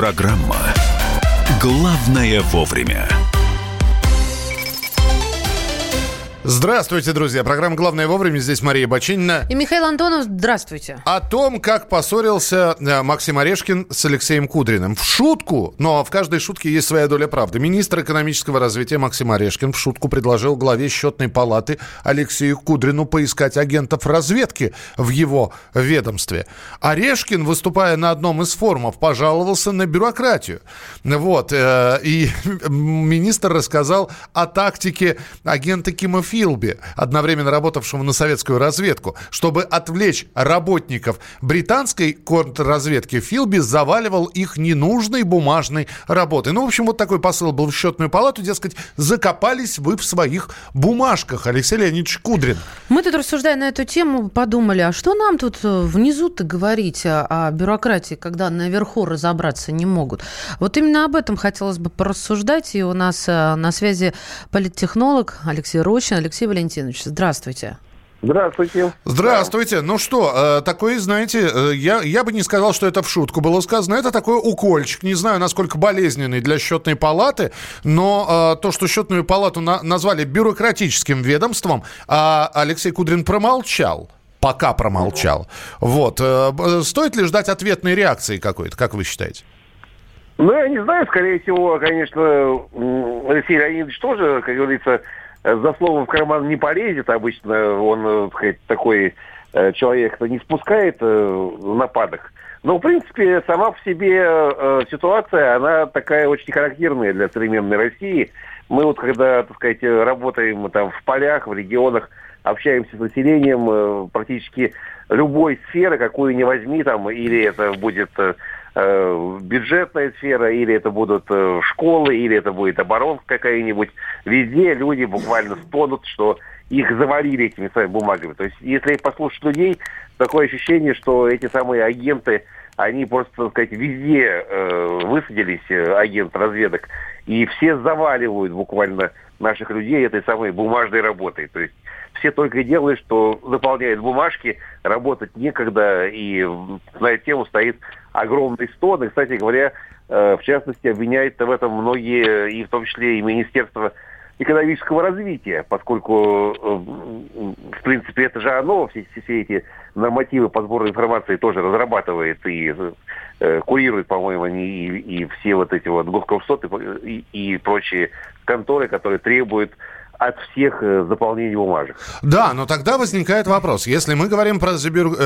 Программа «Главное вовремя». Здравствуйте, друзья. Программа «Главное вовремя». Здесь Мария Бачинина. И Михаил Антонов. Здравствуйте. О том, как поссорился Максим Орешкин с Алексеем Кудриным. В шутку, но в каждой шутке есть своя доля правды. Министр экономического развития Максим Орешкин в шутку предложил главе счетной палаты Алексею Кудрину поискать агентов разведки в его ведомстве. Орешкин, выступая на одном из форумов, пожаловался на бюрократию. Вот. И министр рассказал о тактике агента Кима Филби, одновременно работавшего на советскую разведку. Чтобы отвлечь работников британской контрразведки, Филби заваливал их ненужной бумажной работой. Ну, в общем, вот такой посыл был в счетную палату, дескать, закопались вы в своих бумажках, Алексей Леонидович Кудрин. Мы тут, рассуждая на эту тему, подумали, а что нам тут внизу-то говорить о бюрократии, когда наверху разобраться не могут? Вот именно об этом хотелось бы порассуждать. И у нас на связи политтехнолог Алексей Рощин. Алексей Валентинович, здравствуйте. Здравствуйте. Здравствуйте. Ну что, такой, знаете, я бы не сказал, что это в шутку было сказано. Это такой укольчик. Не знаю, насколько болезненный для счетной палаты, но то, что счетную палату назвали бюрократическим ведомством, а Алексей Кудрин промолчал. Пока промолчал. Вот. Стоит ли ждать ответной реакции какой-то, как вы считаете? Ну, я не знаю. Скорее всего, конечно, Алексей Леонидович тоже, как говорится, за словом в карман не полезет. Обычно он, так сказать, такой человек не спускает нападок. Но, в принципе, сама по себе ситуация, она такая очень характерная для современной России. Мы вот когда, так сказать, работаем там в полях, в регионах, общаемся с населением, практически любой сферы, какую ни возьми, там, или это будет бюджетная сфера, или это будут школы, или это будет оборонка какая-нибудь. Везде люди буквально стонут, что их завалили этими своими бумагами. То есть, если послушать людей, такое ощущение, что эти самые агенты, они просто, так сказать, везде высадились, агент разведок, и все заваливают буквально наших людей этой самой бумажной работой. То есть все только и делают, что заполняют бумажки, работать некогда, и на эту тему стоит огромный стон. И, кстати говоря, в частности, обвиняют в этом многие, и в том числе и Министерство экономического развития, поскольку, в принципе, это же оно, все эти нормативы по сбору информации тоже разрабатывает и курирует, по-моему, и все вот эти вот Госкомсоты и прочие конторы, которые требуют от всех заполнения бумажек. Да, но тогда возникает вопрос. Если мы говорим про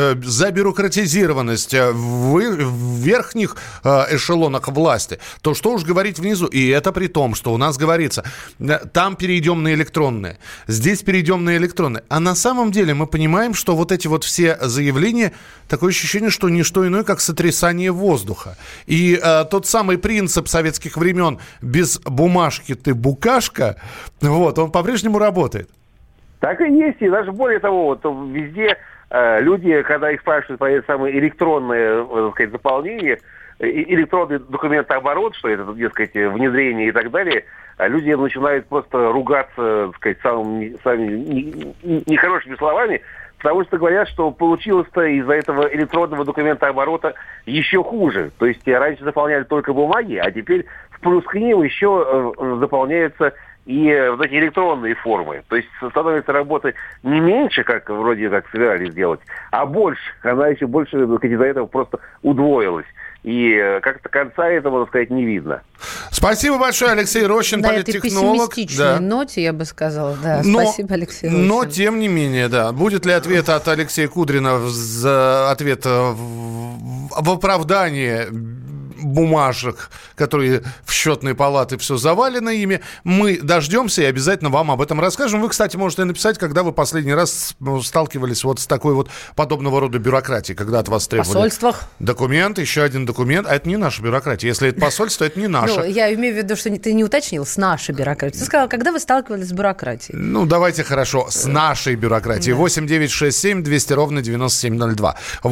забюрократизированность в верхних эшелонах власти, то что уж говорить внизу? И это при том, что у нас говорится, там перейдем на электронные, здесь перейдем на электронные. А на самом деле мы понимаем, что вот эти вот все заявления, такое ощущение, что не что иное, как сотрясание воздуха. И тот самый принцип советских времен «без бумажки ты букашка», вот, он по-прежнему работает. Так и есть. И даже более того, вот везде люди, когда их спрашивают про это самое электронное, так сказать, заполнение, электронный документооборот, что это, дескать, внедрение и так далее, люди начинают просто ругаться, так сказать, самыми нехорошими словами, потому что говорят, что получилось-то из-за этого электронного документооборота еще хуже. То есть раньше заполняли только бумаги, а теперь в плюс к ним еще заполняются и вот эти электронные формы. То есть становится работы не меньше, как вроде как собирались сделать, а больше. Она еще больше, так сказать, из-за этого просто удвоилась. И как-то конца этого, так сказать, не видно. Спасибо большое, Алексей Рощин, политтехнолог. На этой пессимистичной ноте, я бы сказала. Да, спасибо, Алексей Рощин. Но, тем не менее, да. Будет ли ответ от Алексея Кудрина, ответ в оправдание бумажек, которые в счетной палате все завалено ими. Мы дождемся и обязательно вам об этом расскажем. Вы, кстати, можете написать, когда вы последний раз сталкивались вот с такой вот подобного рода бюрократией, когда от вас требовали... В посольствах. Документ, еще один документ. А это не наша бюрократия. Если это посольство, это не наше. Ну, я имею в виду, что ты не уточнил, с нашей бюрократией. Ты сказал, когда вы сталкивались с бюрократией? Ну, давайте хорошо, с нашей бюрократией. 8-967-200-97-02.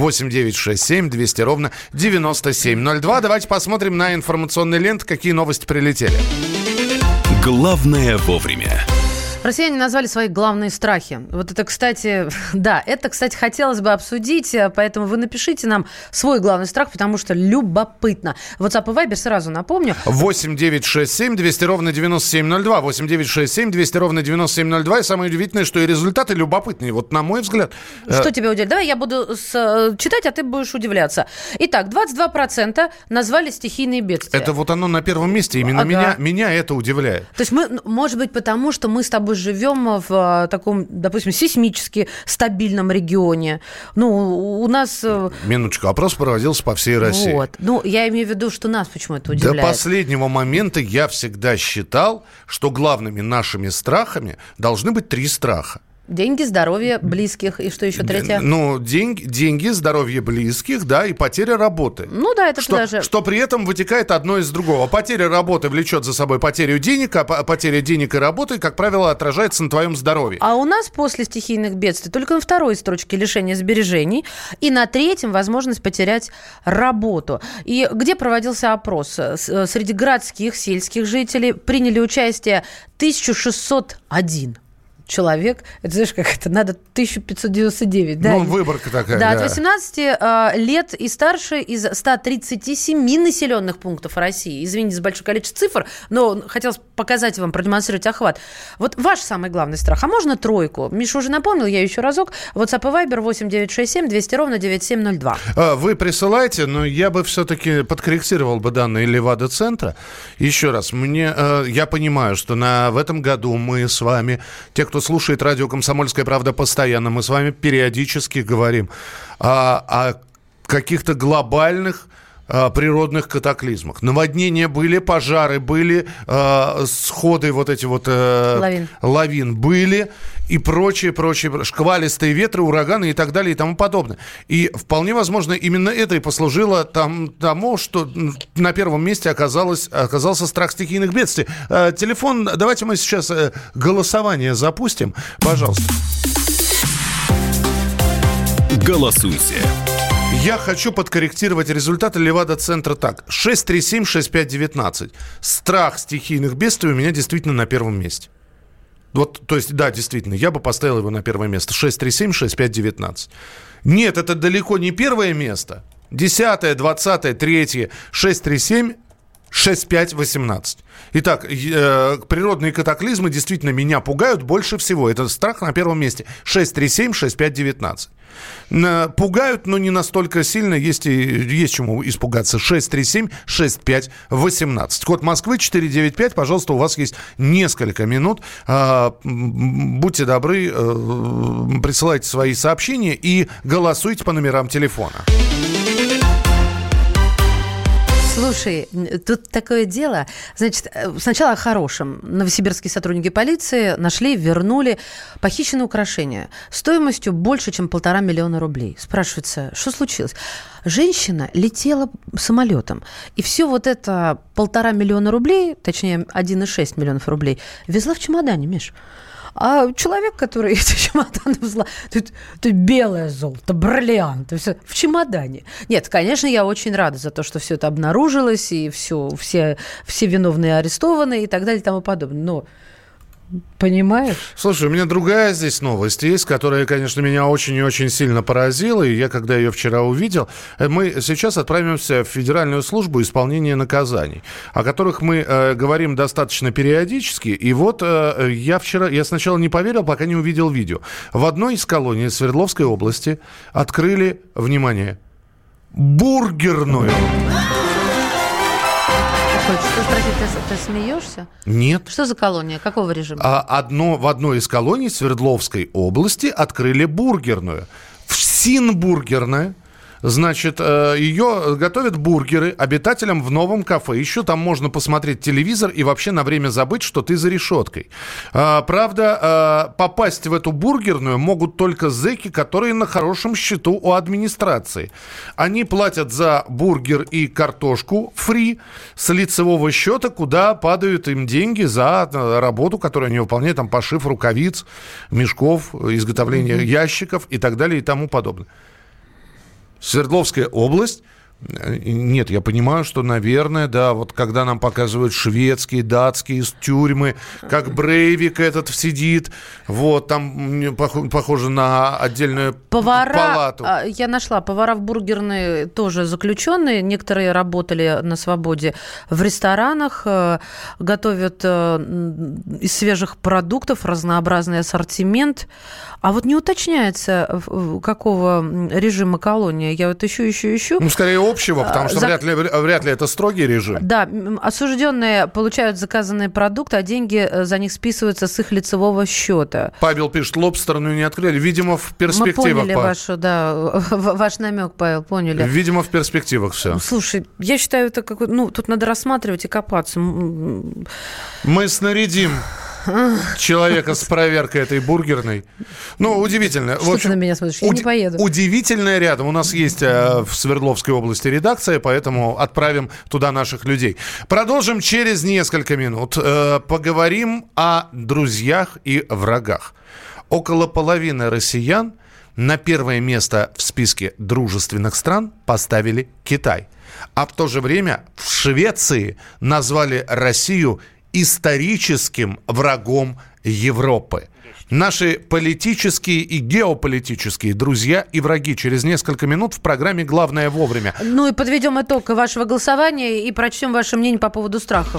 8-967-200-97-02. Давайте посмотрим на информационной ленте, какие новости прилетели. Главное вовремя. Россияне назвали свои главные страхи. Вот это, кстати, да, это, кстати, хотелось бы обсудить, поэтому вы напишите нам свой главный страх, потому что любопытно. WhatsApp и Viber сразу напомню. 8 9 6 7 200 ровно 9702. 8 9 6 7 200 ровно 9702. И самое удивительное, что и результаты любопытные. Вот на мой взгляд. Что тебя удивляет? Давай я буду читать, а ты будешь удивляться. Итак, 22% назвали стихийные бедствия. Это вот оно на первом месте. Именно меня это удивляет. То есть мы, может быть, потому что мы с тобой живем в таком, допустим, сейсмически стабильном регионе. Ну, у нас... Минуточку, опрос проводился по всей России. Вот. Ну, я имею в виду, что нас почему это удивляет. До последнего момента я всегда считал, что главными нашими страхами должны быть 3 страха. Деньги, здоровье близких и что еще третье? Ну, деньги, здоровье близких, да, и потеря работы. Ну да, это даже... Что при этом вытекает одно из другого. Потеря работы влечет за собой потерю денег, а потеря денег и работы, как правило, отражается на твоем здоровье. А у нас после стихийных бедствий только на второй строчке лишение сбережений и на третьем возможность потерять работу. И где проводился опрос? Среди городских, сельских жителей приняли участие 1601 человек. Это, знаешь, как это? Надо 1599, да? Ну, выборка такая, да. Да, от 18 лет и старше из 137 населенных пунктов России. Извините за большое количество цифр, но хотелось показать вам, продемонстрировать охват. Вот ваш самый главный страх. А можно тройку? Миша уже напомнил, я еще разок. WhatsApp и Viber 8 967 200 ровно 9702. Вы присылайте, но я бы все-таки подкорректировал бы данные Левада-центра. Еще раз, я понимаю, что в этом году мы с вами, те, кто слушает радио «Комсомольская правда» постоянно, мы с вами периодически говорим о каких-то глобальных природных катаклизмах. Наводнения были, пожары были, сходы вот эти вот лавин были и прочие, шквалистые ветры, ураганы и так далее и тому подобное. И вполне возможно, именно это и послужило тому, что на первом месте оказался страх стихийных бедствий. Телефон, давайте мы сейчас голосование запустим. Пожалуйста. Голосуйте. Я хочу подкорректировать результаты Левада-центра так. 637-6519. Страх стихийных бедствий у меня действительно на первом месте. Вот, то есть, да, действительно, я бы поставил его на первое место. 637-6519. Нет, это далеко не первое место. 10-е, 20-е, 3-е, 637 6518. Итак, природные катаклизмы действительно меня пугают больше всего. Это страх на первом месте. 637-6519. Пугают, но не настолько сильно. Есть чему испугаться. 637-6518. Код Москвы 495. Пожалуйста, у вас есть несколько минут. Будьте добры, присылайте свои сообщения и голосуйте по номерам телефона. Слушай, тут такое дело. Значит, сначала о хорошем. Новосибирские сотрудники полиции нашли, вернули похищенные украшения стоимостью больше, чем 1,5 миллиона рублей. Спрашивается, что случилось? Женщина летела самолетом. И все вот это 1,5 миллиона рублей, точнее 1,6 миллионов рублей, везла в чемодане, Миш. А человек, который эти чемоданы везла, тут белое золото, бриллианты, все в чемодане. Нет, конечно, я очень рада за то, что все это обнаружилось, и все виновные арестованы и так далее и тому подобное. Но понимаешь? Слушай, у меня другая здесь новость есть, которая, конечно, меня очень и очень сильно поразила. И я, когда ее вчера увидел, мы сейчас отправимся в Федеральную службу исполнения наказаний, о которых мы говорим достаточно периодически. И вот я сначала не поверил, пока не увидел видео. В одной из колоний Свердловской области открыли, внимание, бургерную. Что спросить, ты смеешься? Нет. Что за колония? Какого режима? В одной из колоний Свердловской области открыли бургерную. Всинбургерная. Значит, ее готовят бургеры обитателям в новом кафе. Еще там можно посмотреть телевизор и вообще на время забыть, что ты за решеткой. Правда, попасть в эту бургерную могут только зэки, которые на хорошем счету у администрации. Они платят за бургер и картошку фри с лицевого счета, куда падают им деньги за работу, которую они выполняют, там пошив рукавиц, мешков, изготовление ящиков и так далее и тому подобное. Свердловская область Нет, я понимаю, что, наверное, да, вот когда нам показывают шведские, датские тюрьмы, как Брейвик этот сидит, вот, там похоже на отдельную палату. Я нашла, повара в бургерной тоже заключенные, некоторые работали на свободе в ресторанах, готовят из свежих продуктов разнообразный ассортимент, а вот не уточняется, какого режима колония. Я вот ищу. Ну, скорее общего, потому что вряд ли это строгий режим. Да, осужденные получают заказанные продукты, а деньги за них списываются с их лицевого счета. Павел пишет, лобстерную не открыли. Видимо, в перспективах. Мы поняли ваш намек, Павел, поняли. Видимо, в перспективах все. Слушай, я считаю, это тут надо рассматривать и копаться. Мы снарядим человека с проверкой этой бургерной. Ну, удивительно. Что ты на меня смотришь? Я не поеду. Удивительное рядом. У нас есть в Свердловской области редакция, поэтому отправим туда наших людей. Продолжим через несколько минут. Поговорим о друзьях и врагах. Около половины россиян на первое место в списке дружественных стран поставили Китай. А в то же время в Швеции назвали Россию историческим врагом Европы. Наши политические и геополитические друзья и враги через несколько минут в программе «Главное вовремя». Ну и подведем итог вашего голосования и прочтем ваше мнение по поводу страхов.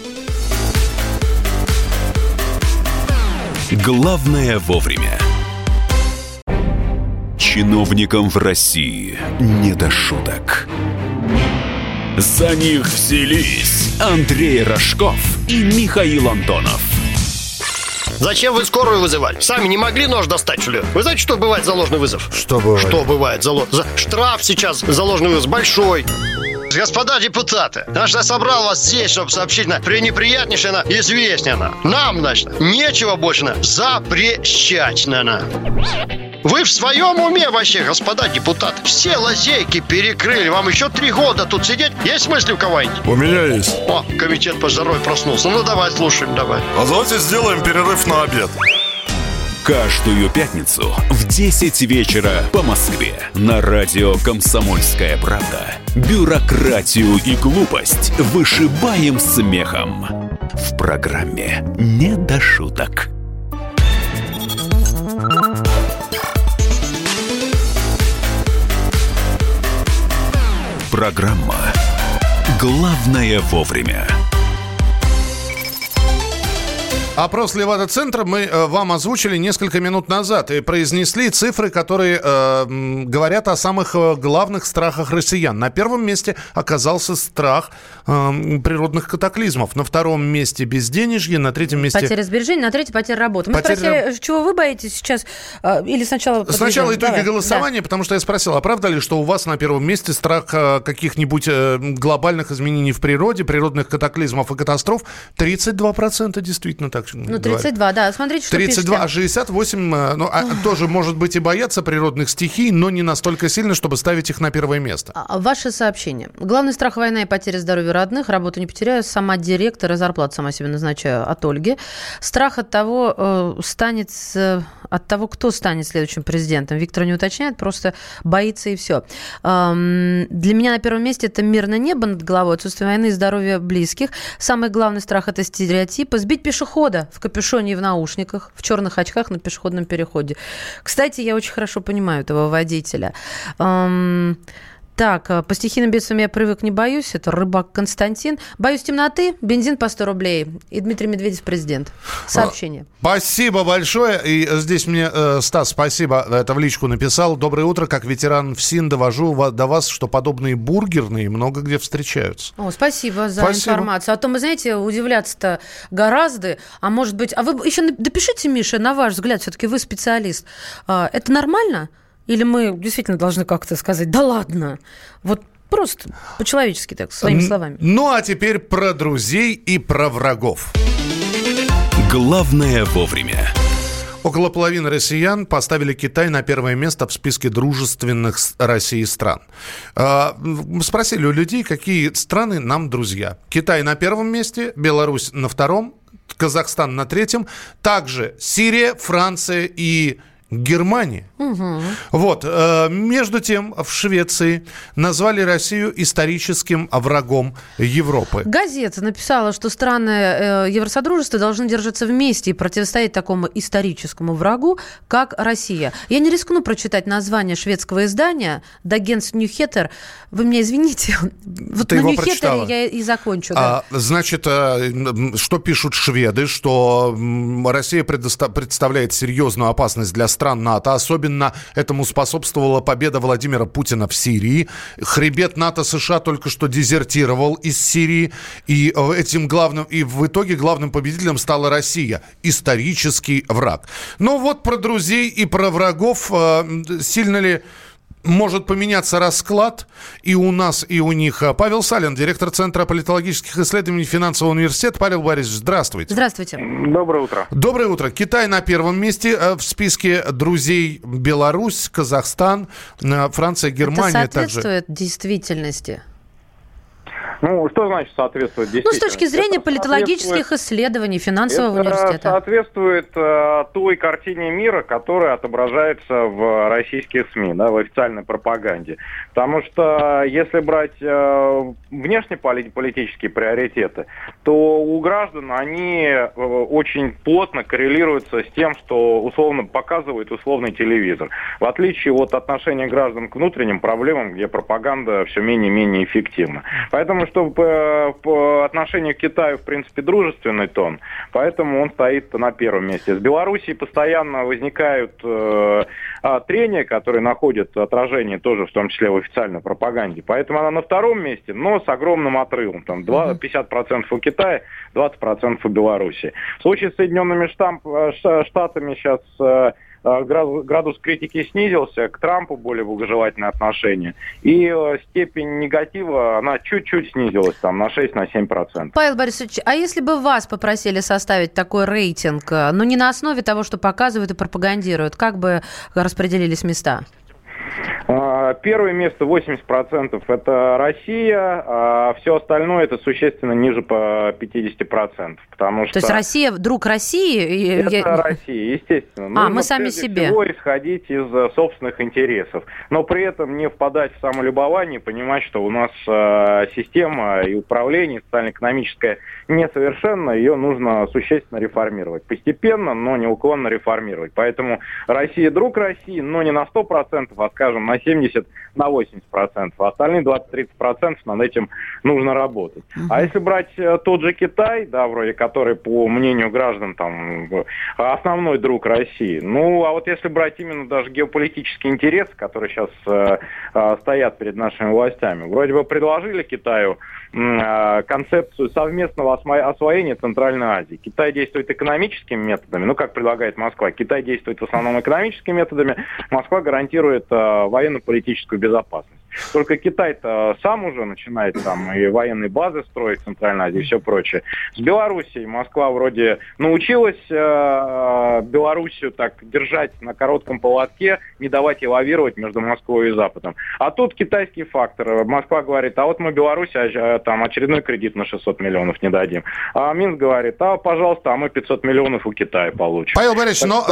Главное вовремя. Чиновникам в России не до шуток. За них взялись Андрей Рожков и Михаил Антонов. Зачем вы скорую вызывали? Сами не могли нож достать, что ли? Вы знаете, что бывает за ложный вызов? Что бывает? Что бывает штраф сейчас за ложный вызов большой. Господа депутаты, я собрал вас здесь, чтобы сообщить пренеприятнейшее известие нам, значит, нечего больше запрещать, Вы в своем уме вообще, господа депутаты? Все лазейки перекрыли. Вам еще 3 года тут сидеть? Есть мысли у кого-нибудь? У меня есть. О, комитет по здоровью проснулся. Ну, давай, слушаем, давай. А давайте сделаем перерыв на обед. Каждую пятницу в 10 вечера по Москве на радио «Комсомольская правда». Бюрократию и глупость вышибаем смехом. В программе «Не до шуток». Программа «Главное вовремя». Опрос Левада-центра мы вам озвучили несколько минут назад и произнесли цифры, которые говорят о самых главных страхах россиян. На первом месте оказался страх природных катаклизмов. На втором месте безденежье, на третьем месте... Потеря сбережений, на третьем потеря работы. Мы спросили, чего вы боитесь сейчас? Или сначала... Сначала итоги голосования, потому что я спросил, а правда ли, что у вас на первом месте страх каких-нибудь глобальных изменений в природе, природных катаклизмов и катастроф? 32% действительно так. Ну, 32, да. Смотрите, что 32, а 68, тоже, может быть, и боятся природных стихий, но не настолько сильно, чтобы ставить их на первое место. Ваше сообщение. Главный страх — война и потеря здоровья родных. Работу не потеряю. Сама директор и зарплату сама себе назначаю от Ольги. Страх от того, кто станет следующим президентом. Виктор не уточняет, просто боится и все. Для меня на первом месте это мирное небо над головой, отсутствие войны и здоровья близких. Самый главный страх — это стереотипы. Сбить пешехода в капюшоне и в наушниках, в черных очках на пешеходном переходе. Кстати, я очень хорошо понимаю этого водителя. Так, по стихийным бедствиям я привык, не боюсь. Это рыбак Константин. Боюсь темноты, бензин по 100 рублей. И Дмитрий Медведев, президент. Сообщение. Спасибо большое. И здесь мне Стас, спасибо, это в личку написал. Доброе утро. Как ветеран ФСИН довожу до вас, что подобные бургерные много где встречаются. Спасибо за информацию. А то мы, знаете, удивляться-то гораздо. А может быть... А вы еще допишите, Миша, на ваш взгляд, все-таки вы специалист. Это нормально? Или мы действительно должны как-то сказать, да ладно, вот просто по-человечески так, своими словами. Ну, а теперь про друзей и про врагов. Главное вовремя. Около половины россиян поставили Китай на первое место в списке дружественных России стран. Спросили у людей, какие страны нам друзья. Китай на первом месте, Беларусь на втором, Казахстан на третьем. Также Сирия, Франция и Германия. Вот. Между тем, в Швеции назвали Россию историческим врагом Европы. Газета написала, что страны Евросодружества должны держаться вместе и противостоять такому историческому врагу, как Россия. Я не рискну прочитать название шведского издания «Dagens Nyheter». Вы меня извините. Вот Ты на его Nyheter прочитала? я и закончу. Да. Значит, что пишут шведы? Что Россия представляет серьезную опасность для стран НАТО. Особенно этому способствовала победа Владимира Путина в Сирии. Хребет НАТО США только что дезертировал из Сирии. И в итоге главным победителем стала Россия. Исторический враг. Но вот про друзей и про врагов сильно ли может поменяться расклад и у нас, и у них? Павел Салин, директор Центра политологических исследований Финансового университета. Павел Борисович, здравствуйте. Здравствуйте. Доброе утро. Доброе утро. Китай на первом месте в списке друзей. Беларусь, Казахстан, Франция, Германия. Это соответствует действительности? Ну, что значит соответствует действительности? Ну, с точки зрения политологических исследований Финансового университета. Это соответствует той картине мира, которая отображается в российских СМИ, да, в официальной пропаганде. Потому что если брать внешнеполитические приоритеты, то у граждан они очень плотно коррелируются с тем, что условно показывает условный телевизор. В отличие от отношения граждан к внутренним проблемам, где пропаганда все менее и менее эффективна. Поэтому, что по отношению к Китаю, в принципе, дружественный тон, поэтому он стоит на первом месте. С Белоруссией постоянно возникают трения, которые находят отражение тоже, в том числе в официальной пропаганде. Поэтому она на втором месте, но с огромным отрывом. Там 50% у Китая, 20% у Белоруссии. В случае с Соединенными Штатами сейчас градус критики снизился, к Трампу более благожелательное отношение. И степень негатива, она чуть-чуть снизилась, там, на 6-7%. Павел Борисович, а если бы вас попросили составить такой рейтинг, но не на основе того, что показывают и пропагандируют, как бы распределились места? Первое место 80% это Россия, а все остальное это существенно ниже по 50%. Потому что то есть Россия, друг России? Это Россия, естественно. Мы сами себе. Всего исходить из собственных интересов. Но при этом не впадать в самолюбование, понимать, что у нас система и управление социально-экономическое несовершенна, ее нужно существенно реформировать. Постепенно, но неуклонно реформировать. Поэтому Россия друг России, но не на 100%, а, скажем, на 70%, на 80%. А остальные 20-30% над этим нужно работать. А если брать тот же Китай, да, вроде который, по мнению граждан, там, основной друг России. Ну, а вот если брать именно даже геополитические интересы, которые сейчас стоят перед нашими властями, вроде бы предложили Китаю концепцию совместного освоения Центральной Азии. Китай действует экономическими методами, ну, как предлагает Москва. Китай действует в основном экономическими методами. Москва гарантирует военно-политическую безопасность. Только Китай-то сам уже начинает там и военные базы строить в Центральной Азии и все прочее. С Белоруссией Москва вроде научилась Белоруссию так держать на коротком поводке, не давать ей лавировать между Москвой и Западом. А тут китайский фактор. Москва говорит, а вот мы Беларуси там очередной кредит на 600 миллионов не дадим. А Минск говорит, пожалуйста, а мы 500 миллионов у Китая получим. Павел Борисович, но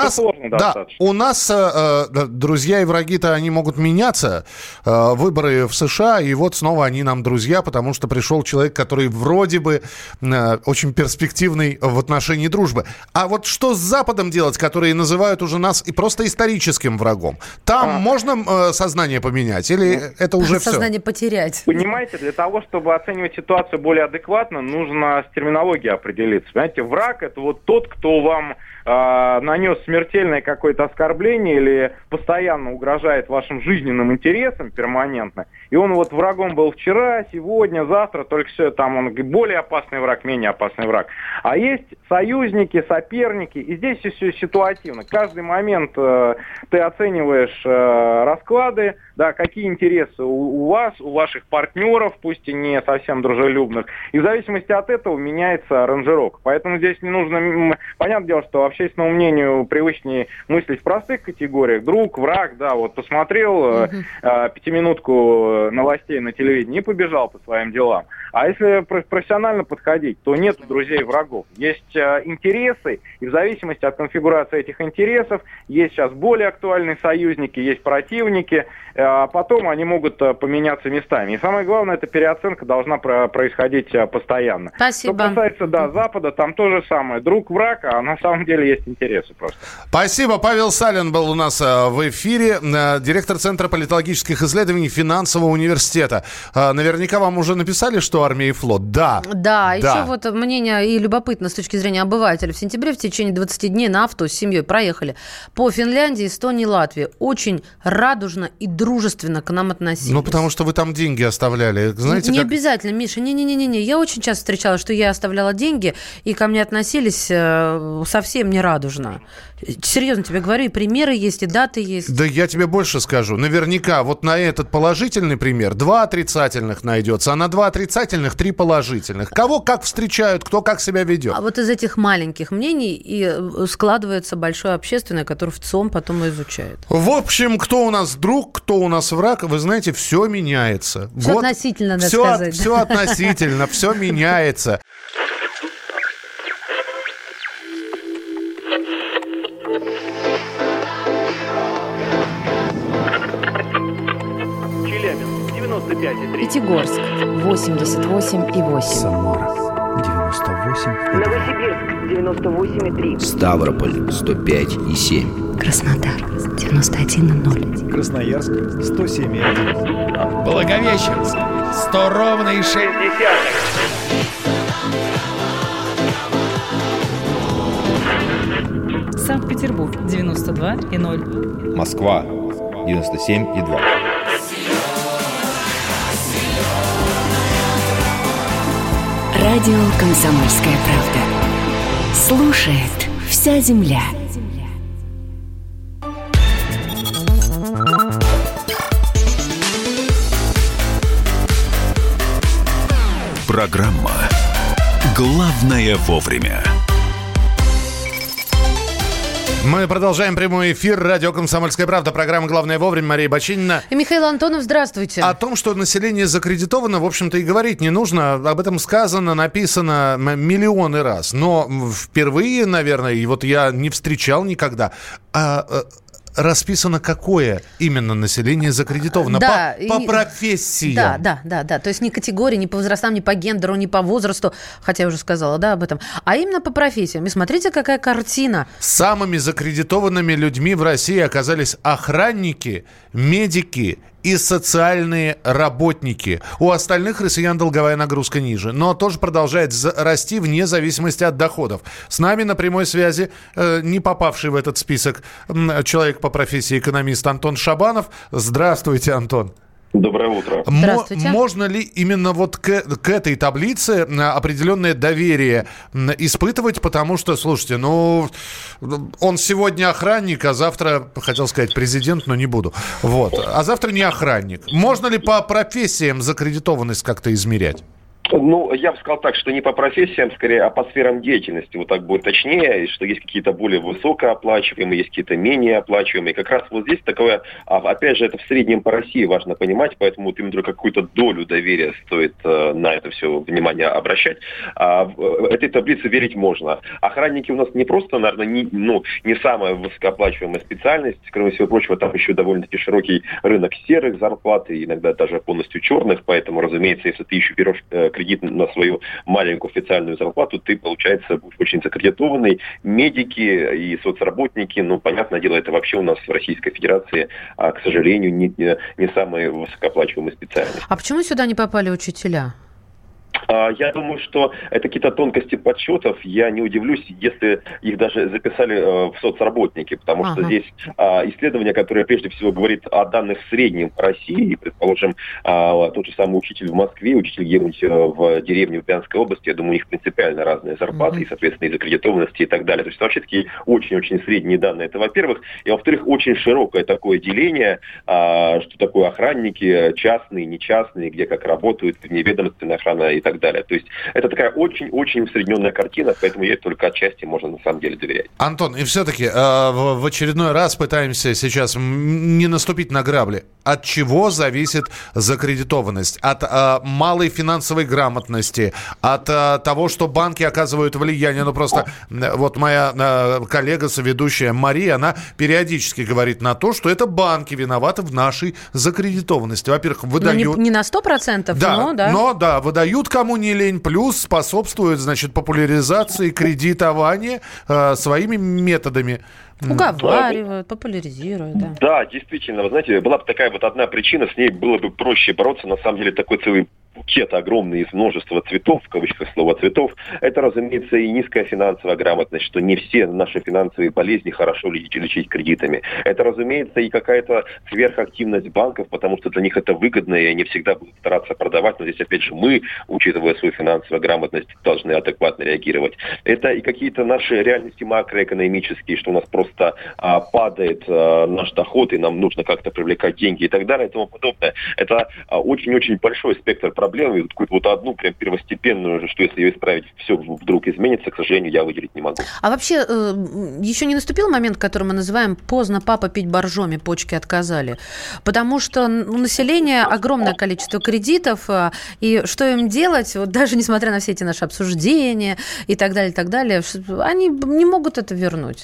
у нас друзья и враги-то они могут меняться. Выборы в США, и вот снова они нам друзья, потому что пришел человек, который вроде бы очень перспективный в отношении дружбы. А вот что с Западом делать, которые называют уже нас и просто историческим врагом? Там можно сознание поменять или это уже все? Сознание потерять. Понимаете, для того, чтобы оценивать ситуацию более адекватно, нужно с терминологией определиться. Понимаете, враг – это вот тот, кто вам нанес смертельное какое-то оскорбление или постоянно угрожает вашим жизненным интересам перманентно, и он вот врагом был вчера, сегодня, завтра, только все там он более опасный враг, менее опасный враг. А есть союзники, соперники, и здесь все ситуативно. Каждый момент ты оцениваешь расклады, да, какие интересы у вас, у ваших партнеров, пусть и не совсем дружелюбных, и в зависимости от этого меняется аранжировка. Поэтому здесь не нужно, понятное дело, что во общественному мнению привычнее мыслить в простых категориях. Друг, враг, да, вот посмотрел пятиминутку новостей на телевидении и побежал по своим делам. А если профессионально подходить, то нет друзей и врагов. Есть интересы, и в зависимости от конфигурации этих интересов есть сейчас более актуальные союзники, есть противники, а потом они могут поменяться местами. И самое главное, эта переоценка должна происходить постоянно. Спасибо. Что касается, Запада, там то же самое. Друг, враг, а на самом деле есть интересы просто. Спасибо. Павел Салин был у нас в эфире, директор Центра политологических исследований Финансового университета. Наверняка вам уже написали, что армия и флот. Да. Да, еще вот мнение и любопытно с точки зрения обывателя. В сентябре в течение 20 дней на авто с семьей проехали по Финляндии, Эстонии, Латвии. Очень радужно и дружественно к нам относились. Ну, потому что вы там деньги оставляли. Знаете, не обязательно, Миша. Не-не-не. Я очень часто встречала, что я оставляла деньги, и ко мне относились совсем не радужно. Серьезно тебе говорю, и примеры есть, и даты есть. Да я тебе больше скажу. Наверняка вот на этот положительный пример 2 отрицательных найдется, а на 2 отрицательных 3 положительных. Кого как встречают, кто как себя ведет. А вот из этих маленьких мнений и складывается большое общественное, которое ВЦИОМ потом изучает. В общем, кто у нас друг, кто у нас враг, вы знаете, все меняется. Все относительно, надо сказать. Все относительно, все меняется. Челябинск, 95,3. Пятигорск, 88,8. Самара, 98,2. Новосибирск, 98,3. Ставрополь, 105,7. Краснодар, 91,0. Красноярск, 107,1. Благовещенск, 100,6. Санкт-Петербург, 92,0. Москва, 97,2. Радио «Комсомольская правда». Слушает вся земля. Программа «Главное вовремя». Мы продолжаем прямой эфир. Радио «Комсомольская правда». Программа «Главное вовремя». Мария Бачинина. И Михаил Антонов, здравствуйте. О том, что население закредитовано, в общем-то, и говорить не нужно. Об этом сказано, написано миллионы раз. Но впервые, наверное, и вот я не встречал никогда... расписано, какое именно население закредитовано. Да, по профессиям. Да. То есть ни категории, ни по возрастам, ни по гендеру, ни по возрасту, хотя я уже сказала, об этом, а именно по профессиям. И смотрите, какая картина. Самыми закредитованными людьми в России оказались охранники, медики и социальные работники. У остальных россиян долговая нагрузка ниже, но тоже продолжает расти вне зависимости от доходов. С нами на прямой связи не попавший в этот список человек по профессии экономист Антон Шабанов. Здравствуйте, Антон. Доброе утро. Здравствуйте. Можно ли именно вот к этой таблице определенное доверие испытывать? Потому что, слушайте, он сегодня охранник, а завтра, хотел сказать, президент, но не буду. Вот. А завтра не охранник. Можно ли по профессиям закредитованность как-то измерять? Я бы сказал так, что не по профессиям, скорее, а по сферам деятельности. Вот так будет точнее, что есть какие-то более высокооплачиваемые, есть какие-то менее оплачиваемые. Как раз вот здесь такое, опять же, это в среднем по России важно понимать, поэтому вот именно какую-то долю доверия стоит на это все внимание обращать. Этой таблице верить можно. Охранники у нас не просто, наверное, не самая высокооплачиваемая специальность. Кроме всего прочего, там еще довольно-таки широкий рынок серых зарплат, и иногда даже полностью черных. Поэтому, разумеется, если ты еще берешь кредит на свою маленькую официальную зарплату, ты, получается, будешь очень закредитованный. Медики и соцработники, понятное дело, это вообще у нас в Российской Федерации, к сожалению, не самые высокооплачиваемые специальности. А почему сюда не попали учителя? Я думаю, что это какие-то тонкости подсчетов. Я не удивлюсь, если их даже записали в соцработники, потому что здесь исследование, которое прежде всего говорит о данных в среднем по России, предположим, тот же самый учитель в Москве, учитель где-нибудь в деревне в Брянской области, я думаю, у них принципиально разные зарплаты и, соответственно, и закредитованности и так далее. То есть вообще такие очень-очень средние данные, это во-первых. И во-вторых, очень широкое такое деление, что такое охранники, частные, нечастные, где как работают, вневедомственная охрана и так далее. То есть это такая очень-очень усредненная картина, поэтому ей только отчасти можно на самом деле доверять. Антон, и все-таки в очередной раз пытаемся сейчас не наступить на грабли. От чего зависит закредитованность? От малой финансовой грамотности, от того, что банки оказывают влияние. Ну, просто вот моя коллега, соведущая Мария, она периодически говорит на то, что это банки виноваты в нашей закредитованности. Во-первых, выдают... Не на 100%, но выдают кому не лень, плюс способствуют, значит, популяризации кредитования своими методами. Уговаривают, популяризируют, да. Да, действительно, вы знаете, была бы такая вот одна причина, с ней было бы проще бороться, на самом деле, такой целый букет огромный из множества цветов, в кавычках слова цветов, это, разумеется, и низкая финансовая грамотность, что не все наши финансовые болезни хорошо лечить кредитами. Это, разумеется, и какая-то сверхактивность банков, потому что для них это выгодно, и они всегда будут стараться продавать, но здесь, опять же, мы, учитывая свою финансовую грамотность, должны адекватно реагировать. Это и какие-то наши реальности макроэкономические, что у нас просто падает наш доход, и нам нужно как-то привлекать деньги и так далее, и тому подобное. Это очень-очень большой спектр проблем, и какую-то вот одну прям первостепенную, что если ее исправить, все вдруг изменится, к сожалению, я выделить не могу. А вообще, еще не наступил момент, который мы называем «поздно папа пить боржоми, почки отказали»? Потому что у населения огромное количество кредитов, и что им делать, вот даже несмотря на все эти наши обсуждения и так далее, они не могут это вернуть.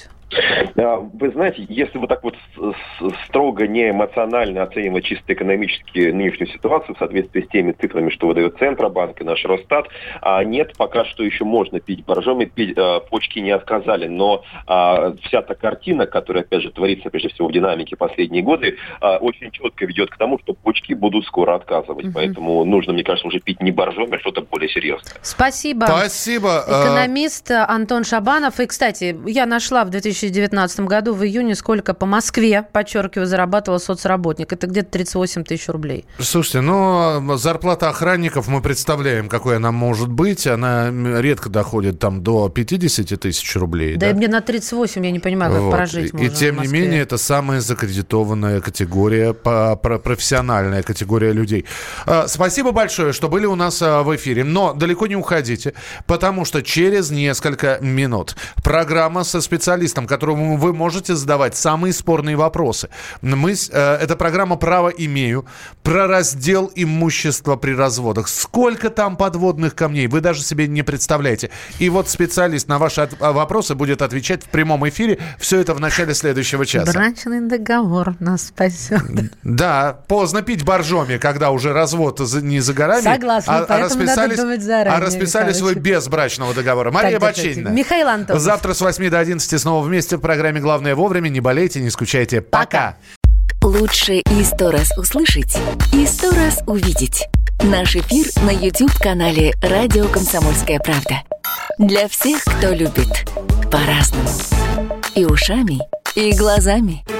Вы знаете, если вот так вот строго не эмоционально оценивать чисто экономически нынешнюю ситуацию в соответствии с теми цифрами, что выдает Центробанк и наш Росстат, нет, пока что еще можно пить боржоми, почки не отказали, но вся та картина, которая, опять же, творится прежде всего в динамике последние годы, очень четко ведет к тому, что почки будут скоро отказывать, поэтому нужно, мне кажется, уже пить не боржоми, а что-то более серьезное. Спасибо. Экономист Антон Шабанов. И, кстати, я нашла в 2019 году в июне, сколько по Москве, подчеркиваю, зарабатывал соцработник. Это где-то 38 тысяч рублей. Слушайте, зарплата охранников, мы представляем, какой она может быть. Она редко доходит там до 50 тысяч рублей. Да, и мне на 38, я не понимаю, как прожить можно. И тем не менее, это самая закредитованная категория, профессиональная категория людей. Спасибо большое, что были у нас в эфире. Но далеко не уходите, потому что через несколько минут программа со специалистом, которому вы можете задавать самые спорные вопросы. Это программа «Право имею», про раздел имущества при разводах. Сколько там подводных камней, вы даже себе не представляете. И вот специалист на ваши вопросы будет отвечать в прямом эфире. Все это в начале следующего часа. Брачный договор нас спасет. Да, поздно пить боржоми, когда уже развод не за горами. Согласна, поэтому надо думать заранее. Расписались вы без брачного договора. Мария Баченина. Михаил Антонов. Завтра с 8 до 11 снова вместе в программе «Главное вовремя». Не болейте, не скучайте. Пока. Лучше и 100 раз услышать, и 100 раз увидеть. Наш эфир на YouTube-канале «Радио Комсомольская правда». Для всех, кто любит по-разному. И ушами, и глазами.